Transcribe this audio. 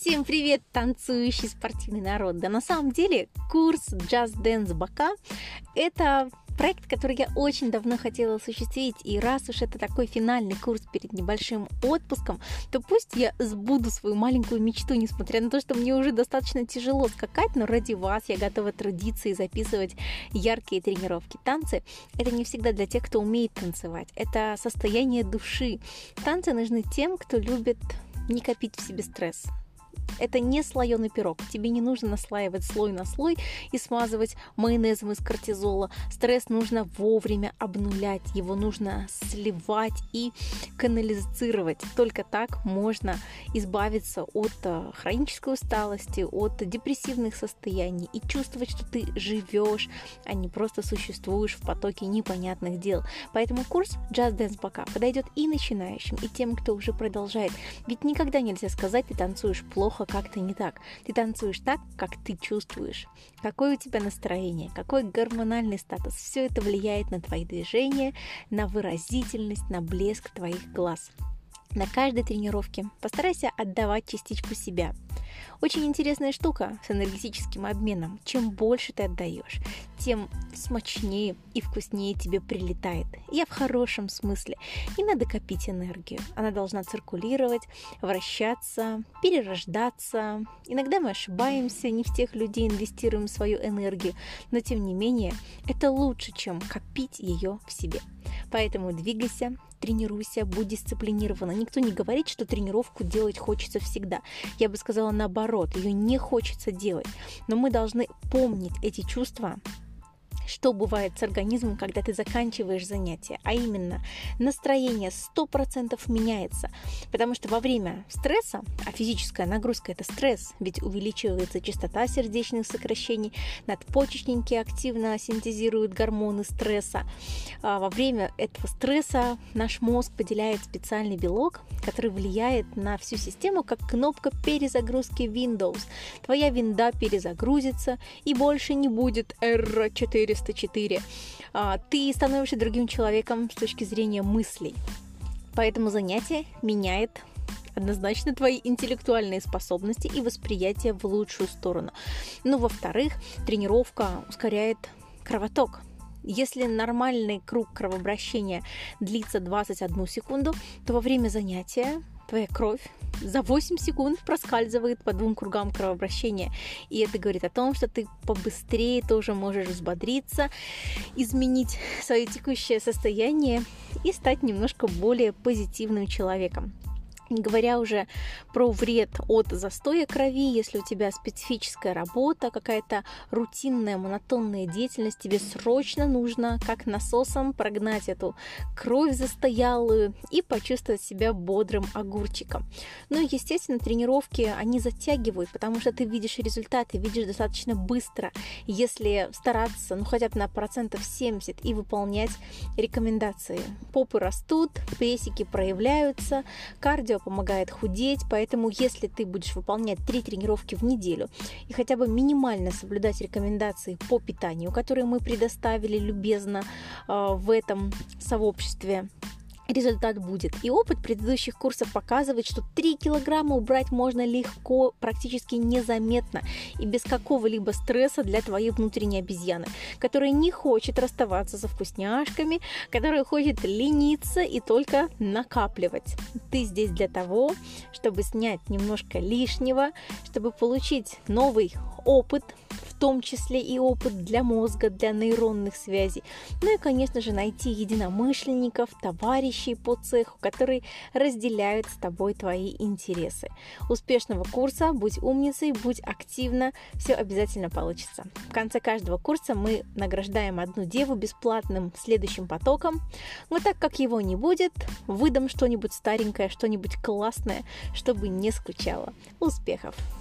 Всем привет, танцующий спортивный народ! Да на самом деле курс Just Dance Бока – это проект, который я очень давно хотела осуществить, и раз уж это такой финальный курс перед небольшим отпуском, то пусть я сбуду свою маленькую мечту, несмотря на то, что мне уже достаточно тяжело скакать, но ради вас я готова трудиться и записывать яркие тренировки. Танцы – это не всегда для тех, кто умеет танцевать, это состояние души. Танцы нужны тем, кто любит не копить в себе стресс. Это не слоеный пирог. Тебе не нужно наслаивать слой на слой и смазывать майонезом из кортизола. Стресс нужно вовремя обнулять. Его нужно сливать и канализировать. Только так можно избавиться от хронической усталости, от депрессивных состояний и чувствовать, что ты живешь, а не просто существуешь в потоке непонятных дел. Поэтому курс Just Dance Бока подойдет и начинающим, и тем, кто уже продолжает. Ведь никогда нельзя сказать, ты танцуешь плохо, как-то не так. Ты танцуешь так, как ты чувствуешь. Какое у тебя настроение, какой гормональный статус. Все это влияет на твои движения, на выразительность, на блеск твоих глаз. На каждой тренировке постарайся отдавать частичку себя. Очень интересная штука с энергетическим обменом. Чем больше ты отдаешь, тем смачнее и вкуснее тебе прилетает. Я в хорошем смысле. Не надо копить энергию. Она должна циркулировать, вращаться, перерождаться. Иногда мы ошибаемся, не в тех людей инвестируем свою энергию, но тем не менее это лучше, чем копить ее в себе. Поэтому двигайся, тренируйся, будь дисциплинирована. Никто не говорит, что тренировку делать хочется всегда. Я бы сказала наоборот, ее не хочется делать. Но мы должны помнить эти чувства, что бывает с организмом, когда ты заканчиваешь занятие, а именно настроение 100% меняется, потому что во время стресса, а физическая нагрузка – это стресс, ведь увеличивается частота сердечных сокращений, надпочечники активно синтезируют гормоны стресса. Во время этого стресса наш мозг выделяет специальный белок, который влияет на всю систему, как кнопка перезагрузки Windows. Твоя винда перезагрузится и больше не будет R404. Ты становишься другим человеком с точки зрения мыслей. Поэтому занятие меняет однозначно твои интеллектуальные способности и восприятие в лучшую сторону. Но, во-вторых, тренировка ускоряет кровоток. Если нормальный круг кровообращения длится 21 секунду, то во время занятия твоя кровь за 8 секунд проскальзывает по 2 кругам кровообращения. И это говорит о том, что ты побыстрее тоже можешь взбодриться, изменить свое текущее состояние и стать немножко более позитивным человеком. Не говоря уже про вред от застоя крови, если у тебя специфическая работа, какая-то рутинная, монотонная деятельность, тебе срочно нужно, как насосом, прогнать эту кровь застоялую и почувствовать себя бодрым огурчиком. Ну и, естественно, тренировки, они затягивают, потому что ты видишь результаты, видишь достаточно быстро, если стараться, хотя бы на 70% и выполнять рекомендации. Попы растут, прессики проявляются, кардио помогает худеть, поэтому если ты будешь выполнять 3 тренировки в неделю и хотя бы минимально соблюдать рекомендации по питанию, которые мы предоставили любезно в этом сообществе, результат будет. И опыт предыдущих курсов показывает, что 3 килограмма убрать можно легко, практически незаметно и без какого-либо стресса для твоей внутренней обезьяны, которая не хочет расставаться со вкусняшками, которая хочет лениться и только накапливать. Ты здесь для того, чтобы снять немножко лишнего, чтобы получить новый опыт, в том числе и опыт для мозга, для нейронных связей. Ну и, конечно же, найти единомышленников, товарищей по цеху, которые разделяют с тобой твои интересы. Успешного курса, будь умницей, будь активна, все обязательно получится. В конце каждого курса мы награждаем одну деву бесплатным следующим потоком. Но так как его не будет, выдам что-нибудь старенькое, что-нибудь классное, чтобы не скучала. Успехов!